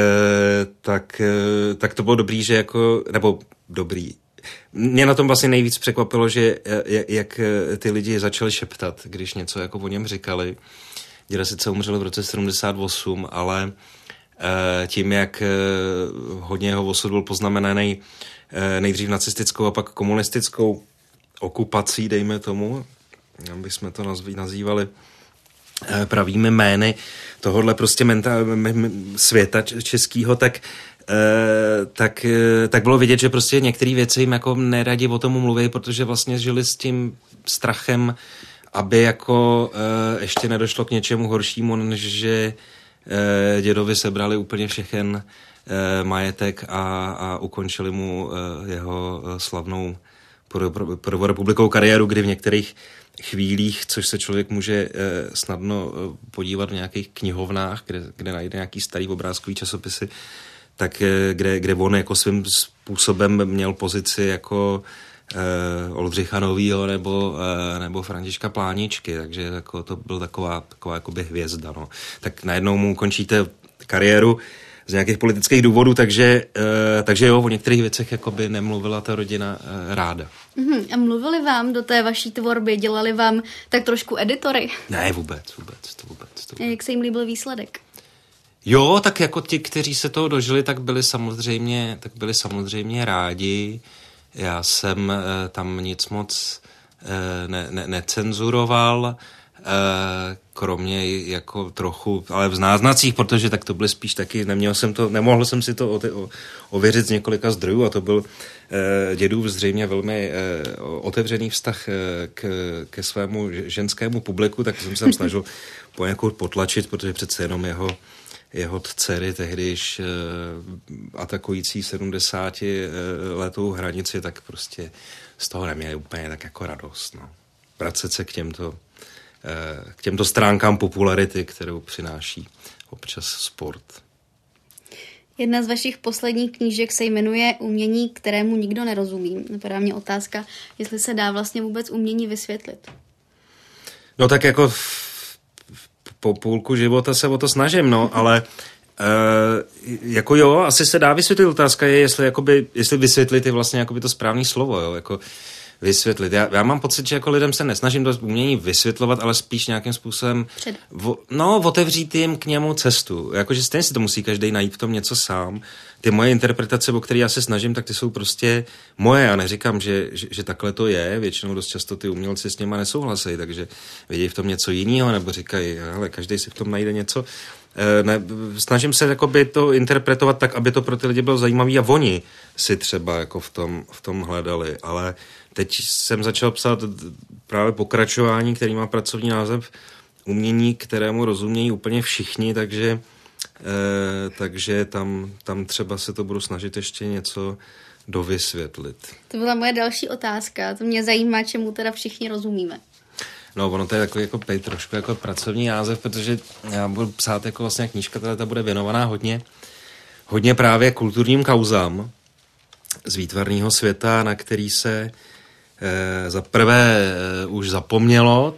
to bylo dobrý, že jako, nebo dobrý. Mě na tom vlastně nejvíc překvapilo, že jak ty lidi začali šeptat, když něco jako o něm říkali. Děda sice umřel v roce 78, ale tím, jak hodně jeho osud byl poznamenaný nejdřív nacistickou a pak komunistickou okupací, dejme tomu, bychom to nazývali pravými jmény tohohle prostě světa českýho, tak bylo vidět, že prostě některé věci jim jako neradi o tom mluví, protože vlastně žili s tím strachem, aby jako ještě nedošlo k něčemu horšímu, než že dědovi sebrali úplně všechen majetek a ukončili mu jeho slavnou prvorepublikovou kariéru, kdy v některých chvílích, což se člověk může snadno podívat v nějakých knihovnách, kde najde nějaký starý obrázkový časopisy, tak kde on jako svým způsobem měl pozici jako Oldřicha Novýho nebo Františka Pláničky, takže jako to byl taková jakoby hvězda. No. Tak najednou mu končíte kariéru z nějakých politických důvodů, takže jo, o některých věcech jakoby nemluvila ta rodina ráda. A mluvili vám do té vaší tvorby, dělali vám tak trošku editory? Ne, vůbec. Jak se jim líbil výsledek? Jo, tak jako ti, kteří se toho dožili, tak byli samozřejmě rádi. Já jsem tam nic moc necenzuroval, kromě jako trochu, ale v náznacích, protože tak to byly spíš taky, nemohl jsem si to ověřit z několika zdrojů a to byl dědův zřejmě velmi otevřený vztah ke svému ženskému publiku, tak jsem se snažil poněkud potlačit, protože přece jenom jeho dcery tehdyž atakující 70 letou hranici, tak prostě z toho neměli úplně tak jako radost. No. Vracet se k těmto stránkám popularity, kterou přináší občas sport. Jedna z vašich posledních knížek se jmenuje Umění, kterému nikdo nerozumí. Napadá mě otázka, jestli se dá vlastně vůbec umění vysvětlit. No tak jako po půlku života se o to snažím, no, ale jako jo, asi se dá vysvětlit. Otázka je, jestli vysvětlit je vlastně jakoby to správné slovo, jo, jako vysvětlit. Já mám pocit, že jako lidem se nesnažím to umění vysvětlovat, ale spíš nějakým způsobem otevřít jim k němu cestu. Jakože stejně si to musí každý najít v tom něco sám. Ty moje interpretace, o které já se snažím, tak ty jsou prostě moje. Já neříkám, že takhle to je. Většinou dost často ty umělci s něma nesouhlasí, takže vidějí v tom něco jiného, nebo říkají, hele, každý si v tom najde něco. Snažím se jakoby to interpretovat tak, aby to pro ty lidi bylo zajímavé a oni si třeba jako v tom hledali. Ale teď jsem začal psát právě pokračování, který má pracovní název Umění, kterému rozumějí úplně všichni, takže tam třeba se to budu snažit ještě něco dovysvětlit. To byla moje další otázka. To mě zajímá, čemu teda všichni rozumíme. No, ono to je takový jako trošku jako pracovní název, protože já budu psát jako vlastně knížka, ta bude věnovaná hodně právě kulturním kauzám z výtvarného světa, na který se za prvé už zapomnělo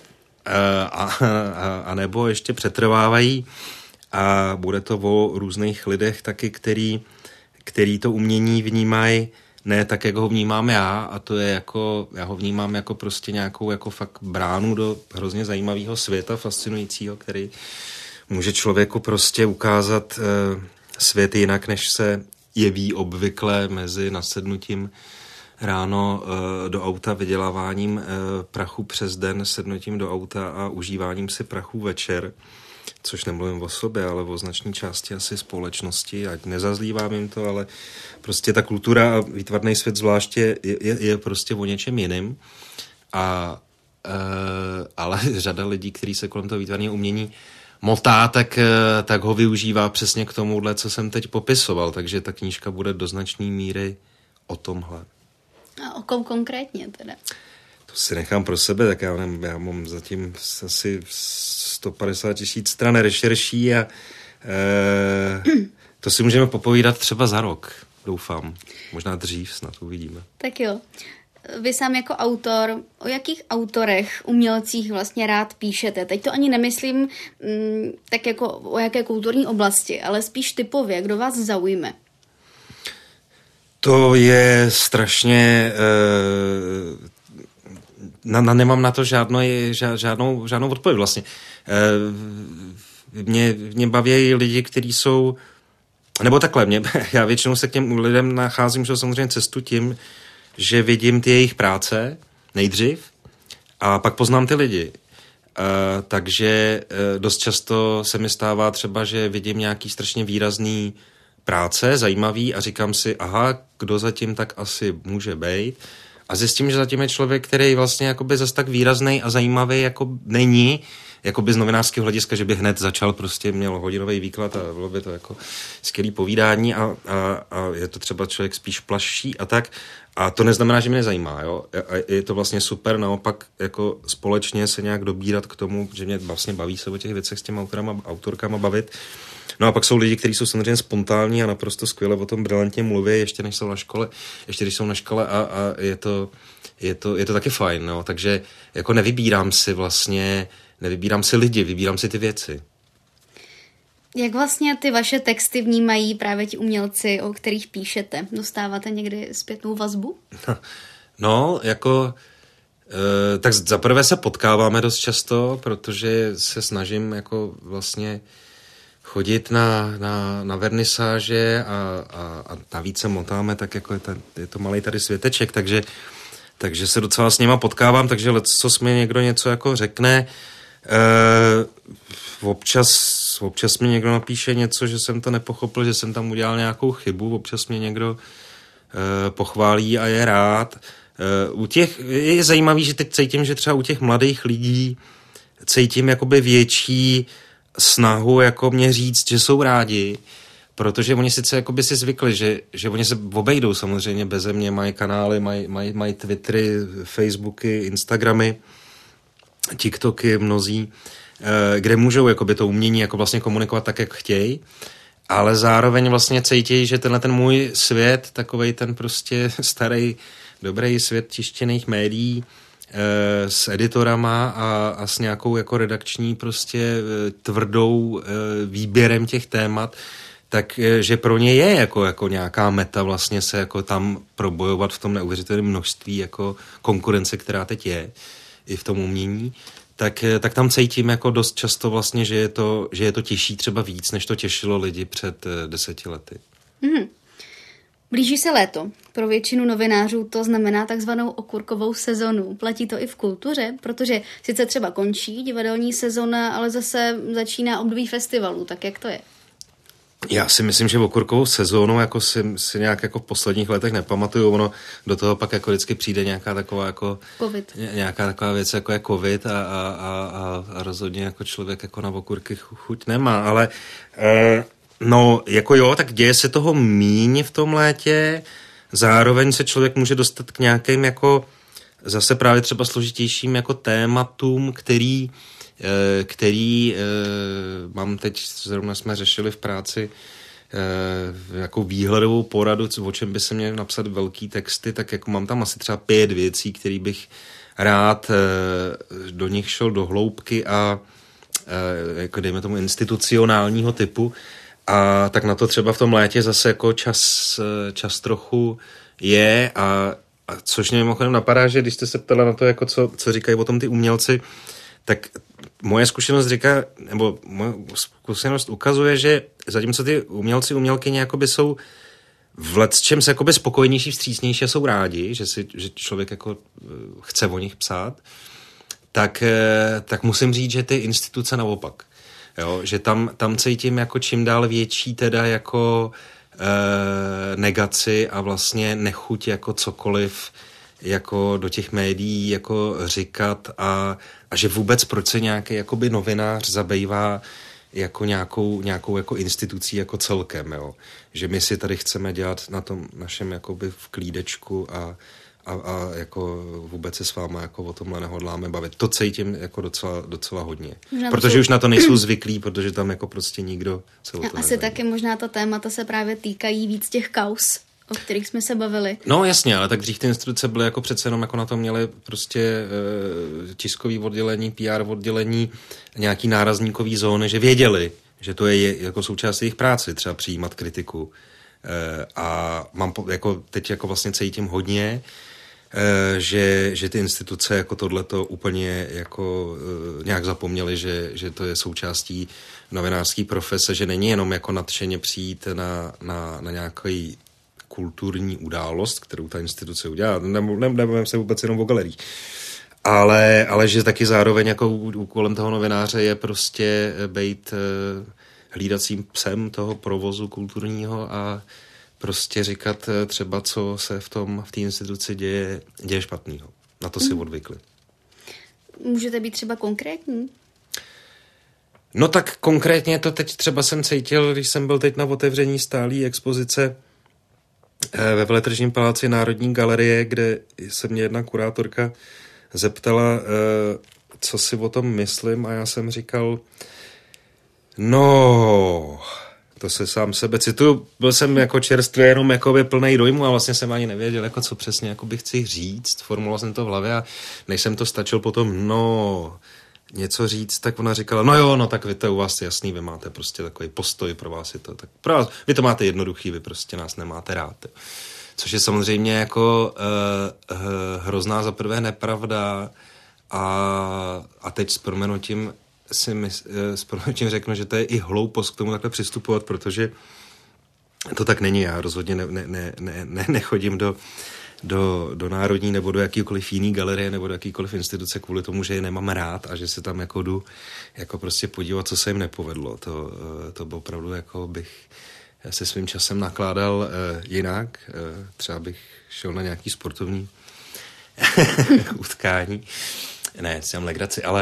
a nebo ještě přetrvávají a bude to o různých lidech taky, který to umění vnímají ne tak, jak ho vnímám já, a to je jako, já ho vnímám jako prostě nějakou jako fakt bránu do hrozně zajímavého světa, fascinujícího, který může člověku prostě ukázat svět jinak, než se jeví obvykle mezi nasednutím ráno do auta, vyděláváním prachu přes den, sednutím do auta a užíváním si prachu večer, což nemluvím o sobě, ale o značné části asi společnosti, ať nezazlívám jim to, ale prostě ta kultura a výtvarný svět zvláště je prostě o něčem jiným. Ale řada lidí, kteří se kolem toho výtvarného umění motá, tak ho využívá přesně k tomuhle, co jsem teď popisoval, takže ta knížka bude do značné míry o tomhle. A o kom konkrétně teda? To si nechám pro sebe, tak já mám zatím asi 150 000 stran rešerší a to si můžeme popovídat třeba za rok, doufám. Možná dřív, snad uvidíme. Tak jo. Vy sám jako autor, o jakých autorech, umělcích vlastně rád píšete? Teď to ani nemyslím tak jako o jaké kulturní oblasti, ale spíš typově, kdo vás zaujme. To je strašně... nemám na to žádnou odpověď vlastně. Mě baví lidi, kteří jsou... Nebo takhle, já většinou se k těm lidem nacházím, že samozřejmě cestu tím, že vidím ty jejich práce nejdřív a pak poznám ty lidi. Takže dost často se mi stává třeba, že vidím nějaký strašně výrazný práce, zajímavý a říkám si, aha, kdo zatím tak asi může být. A zjistím, že zatím je člověk, který vlastně jakoby zas tak výrazný a zajímavý jako není, jakoby z novinářského hlediska, že by hned začal, prostě měl hodinový výklad a bylo by to jako skvělý povídání a je to třeba člověk spíš plašší a tak. A to neznamená, že mě nezajímá, jo. A je to vlastně super naopak jako společně se nějak dobírat k tomu, že mě vlastně baví se o těch věcech s těma autorkama bavit. No a pak jsou lidi, kteří jsou samozřejmě spontánní a naprosto skvěle o tom brilantně mluví, ještě když jsou na škole a je to taky fajn, no. Takže jako nevybírám si lidi, vybírám si ty věci. Jak vlastně ty vaše texty vnímají právě ti umělci, o kterých píšete? Dostáváte někdy zpětnou vazbu? No, jako... tak zaprvé se potkáváme dost často, protože se snažím jako vlastně chodit na vernisáže a navíc se motáme, tak jako je to malej tady světeček, takže se docela s nima potkávám, takže lecos mi někdo něco jako řekne. Občas mi někdo napíše něco, že jsem to nepochopil, že jsem tam udělal nějakou chybu, občas mě někdo pochválí a je rád. Je zajímavý, že teď cítím, že třeba u těch mladých lidí cítím jakoby větší snahu jako mě říct, že jsou rádi, protože oni sice jako by si zvykli, že oni se obejdou samozřejmě beze mě, mají kanály, mají Twittery, Facebooky, Instagramy, TikToky mnozí, kde můžou jakoby to umění jako vlastně komunikovat tak, jak chtějí, ale zároveň vlastně cítí, že tenhle ten můj svět, takovej ten prostě starý, dobrý svět tištěných médií s editorama a s nějakou jako redakční prostě tvrdou výběrem těch témat, takže pro ně je jako nějaká meta vlastně se jako tam probojovat v tom neuvěřitelném množství jako konkurence, která teď je i v tom umění, tak tam cítím jako dost často vlastně, že je to těší třeba víc, než to těšilo lidi před 10 lety. Mm. Blíží se léto. Pro většinu novinářů to znamená takzvanou okurkovou sezonu. Platí to i v kultuře, protože sice třeba končí divadelní sezona, ale zase začíná období festivalů. Tak jak to je? Já si myslím, že okurkovou sezónu jako si nějak jako v posledních letech nepamatuju. Ono do toho pak jako vždycky přijde nějaká taková jako COVID. Nějaká taková věc jako je covid a rozhodně jako člověk jako na okurky chuť nemá, ale no jako jo, tak děje se toho míň v tom létě, zároveň se člověk může dostat k nějakým jako zase právě třeba složitějším jako tématům, který mám teď, zrovna jsme řešili v práci jako výhledovou poradu, o čem by se měly napsat velký texty, tak jako mám tam asi třeba 5 věcí, který bych rád do nich šel do hloubky a jako dejme tomu institucionálního typu, a tak na to třeba v tom létě zase jako čas trochu je a což mě mimochodem napadá, že když jste se ptala na to, jako co říkají o tom ty umělci, tak moje zkušenost říká, nebo moje zkušenost ukazuje, že zatímco ty umělci, umělkyně jakoby jsou v lecčem se jakoby spokojnější, vstřícnější a jsou rádi, že člověk jako chce o nich psát, tak musím říct, že ty instituce naopak. Jo, že tam cítím jako čím dál větší teda jako negaci a vlastně nechuť jako cokoliv jako do těch médií jako říkat a že vůbec proč se nějaký jakoby novinář zabývá jako nějakou jako institucí jako celkem, jo. Že my si tady chceme dělat na tom našem jakoby v klídečku a jako vůbec se s váma jako o tomhle nehodláme bavit. To cítím jako docela hodně. Protože už na to nejsou zvyklí, protože tam jako prostě nikdo se o to nezajímá. Asi taky možná ta témata se právě týkají víc těch kauz, o kterých jsme se bavili. No jasně, ale tak dřív ty instituce byly jako přece jenom jako na to měly prostě tiskový oddělení, PR oddělení, nějaký nárazníkový zóny, že věděli, že to je jako součást jejich práce, třeba přijímat kritiku. A mám jako teď jako vlastně cítím hodně, že ty instituce jako tohleto úplně jako nějak zapomněly, že to je součástí novinářské profese, že není jenom jako nadšeně přijít na nějaký kulturní událost, kterou ta instituce udělá. Nebavím se vůbec jenom o galerii. Ale že taky zároveň jako úkolem toho novináře je prostě bejt hlídacím psem toho provozu kulturního a prostě říkat třeba, co se v té instituci děje špatného. Na to si odvykli. Můžete být třeba konkrétní? No tak konkrétně to teď třeba jsem cítil, když jsem byl teď na otevření stálé expozice ve Veletržním paláci Národní galerie, kde se mě jedna kurátorka zeptala, co si o tom myslím, a já jsem říkal, no, to se sám sebe cituju, byl jsem jako čerstvě jenom jakoby plnej dojmu a vlastně jsem ani nevěděl, jako co přesně jakoby chci říct, formuloval jsem to v hlavě a než jsem to stačil potom, něco říct, tak ona říkala, no jo, no tak vy to u vás jasný, vy máte prostě takový postoj, pro vás je to tak, pro vás, vy to máte jednoduchý, vy prostě nás nemáte rád. Což je samozřejmě jako hrozná za prvé nepravda a teď s proměnutím řeknu, že to je i hloupost k tomu takhle přistupovat, protože to tak není. Já rozhodně nechodím do Národní nebo do jakýkoliv jiný galerie nebo do jakýkoliv instituce kvůli tomu, že je nemám rád a že se tam jako jdu jako prostě podívat, co se jim nepovedlo. To bylo opravdu jako bych se svým časem nakládal jinak. Třeba bych šel na nějaký sportovní utkání. Ne, jsem legraci, ale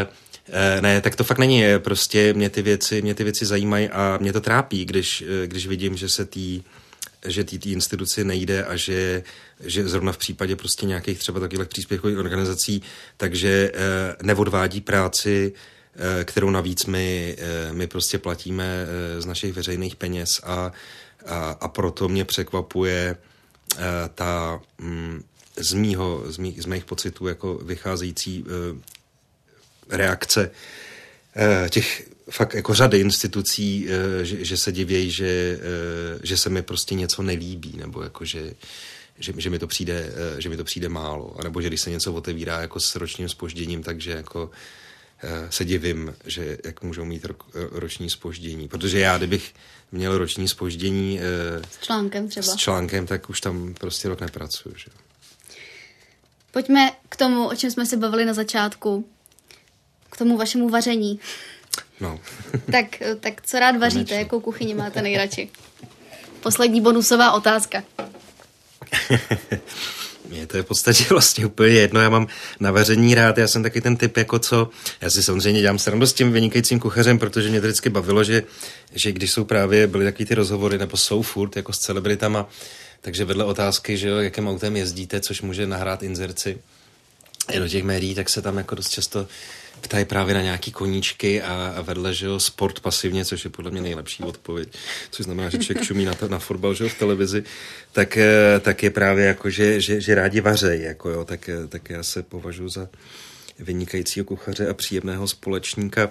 Ne, tak to fakt není. Prostě mě ty věci zajímají a mě to trápí, když vidím, že té instituci nejde a že zrovna v případě prostě nějakých třeba takových příspěvkových organizací, takže neodvádí práci, kterou navíc my prostě platíme z našich veřejných peněz a proto mě překvapuje ta z mých pocitů jako vycházející reakce těch fakt jako řady institucí, že se divějí, že se mi prostě něco nelíbí, nebo jako že mi to přijde málo, anebo že když se něco otevírá jako s ročním zpožděním, takže jako se divím, že jak můžou mít roční zpoždění, protože já, kdybych měl roční zpoždění s článkem, tak už tam prostě rok nepracuju. Že? Pojďme k tomu, o čem jsme se bavili na začátku, k tomu vašemu vaření. No. tak co rád vaříte? Konečně. Jakou kuchyni máte nejradši? Poslední bonusová otázka. Mně to je v podstatě vlastně úplně jedno, já mám na vaření rád, já jsem taky ten typ, jako co, já si samozřejmě dělám srandu s tím vynikajícím kuchařem, protože mě to vždycky bavilo, že když byly takový ty rozhovory, nebo jsou furt jako s celebritama, takže vedle otázky, že jo, jakým autem jezdíte, což může nahrát inzerci do těch médií, tak se tam jako dost často ptají právě na nějaký koníčky a vedle, že jo, sport pasivně, což je podle mě nejlepší odpověď, což znamená, že člověk čumí na fotbal, že jo, v televizi, tak je právě jako, že rádi vařejí, jako jo, tak já se považuji za vynikajícího kuchaře a příjemného společníka.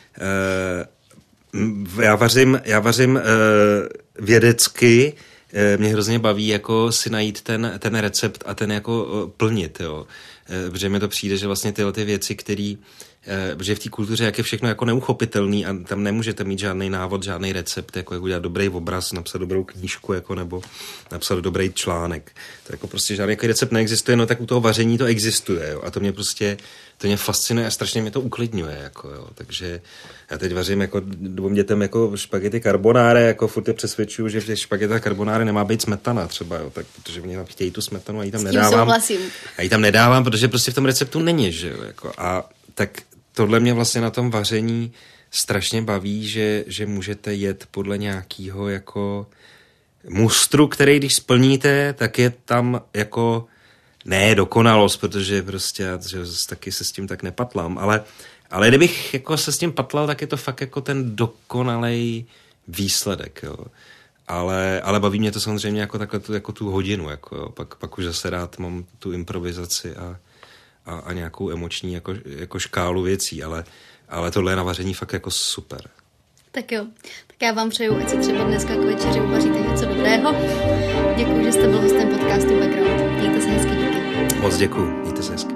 Já vařím vědecky, mě hrozně baví jako si najít ten recept a ten jako plnit, jo. Protože mi to přijde, že vlastně tyhle ty věci, protože v té kultuře jak je všechno jako neuchopitelný a tam nemůžete mít žádný návod, žádný recept, jako jak udělat dobrý obraz, napsat dobrou knížku, jako nebo napsat dobrý článek. To jako prostě žádný recept neexistuje, no tak u toho vaření to existuje, jo. A to mě fascinuje a strašně mě to uklidňuje, jako jo. Takže já teď vařím jako dvou dětem jako špagety carbonara, jako furt je přesvědčuju, že v těch špagetách carbonara nemá být smetana třeba, jo, tak protože mě tam chtějí tu smetanu a jí tam nedávám. A jí tam nedávám, protože prostě v tom receptu není, že jo, jako. A tak tohle mě vlastně na tom vaření strašně baví, že můžete jet podle nějakého jako mustru, který když splníte, tak je tam jako ne dokonalost, protože prostě já taky se s tím tak nepatlám, ale kdybych jako se s tím patlal, tak je to fakt jako ten dokonalej výsledek, jo. Ale baví mě to samozřejmě jako takhle jako tu hodinu, jako jo. Pak už zase rád mám tu improvizaci a nějakou emoční jako škálu věcí, ale tohle je na vaření fakt jako super. Tak jo, tak já vám přeju, ať si třeba dneska k večeři uvaříte něco dobrého. Děkuji, že jste byl hostem podcastu Background. Mějte se hezky, díky. Moc děkuji, mějte se hezky.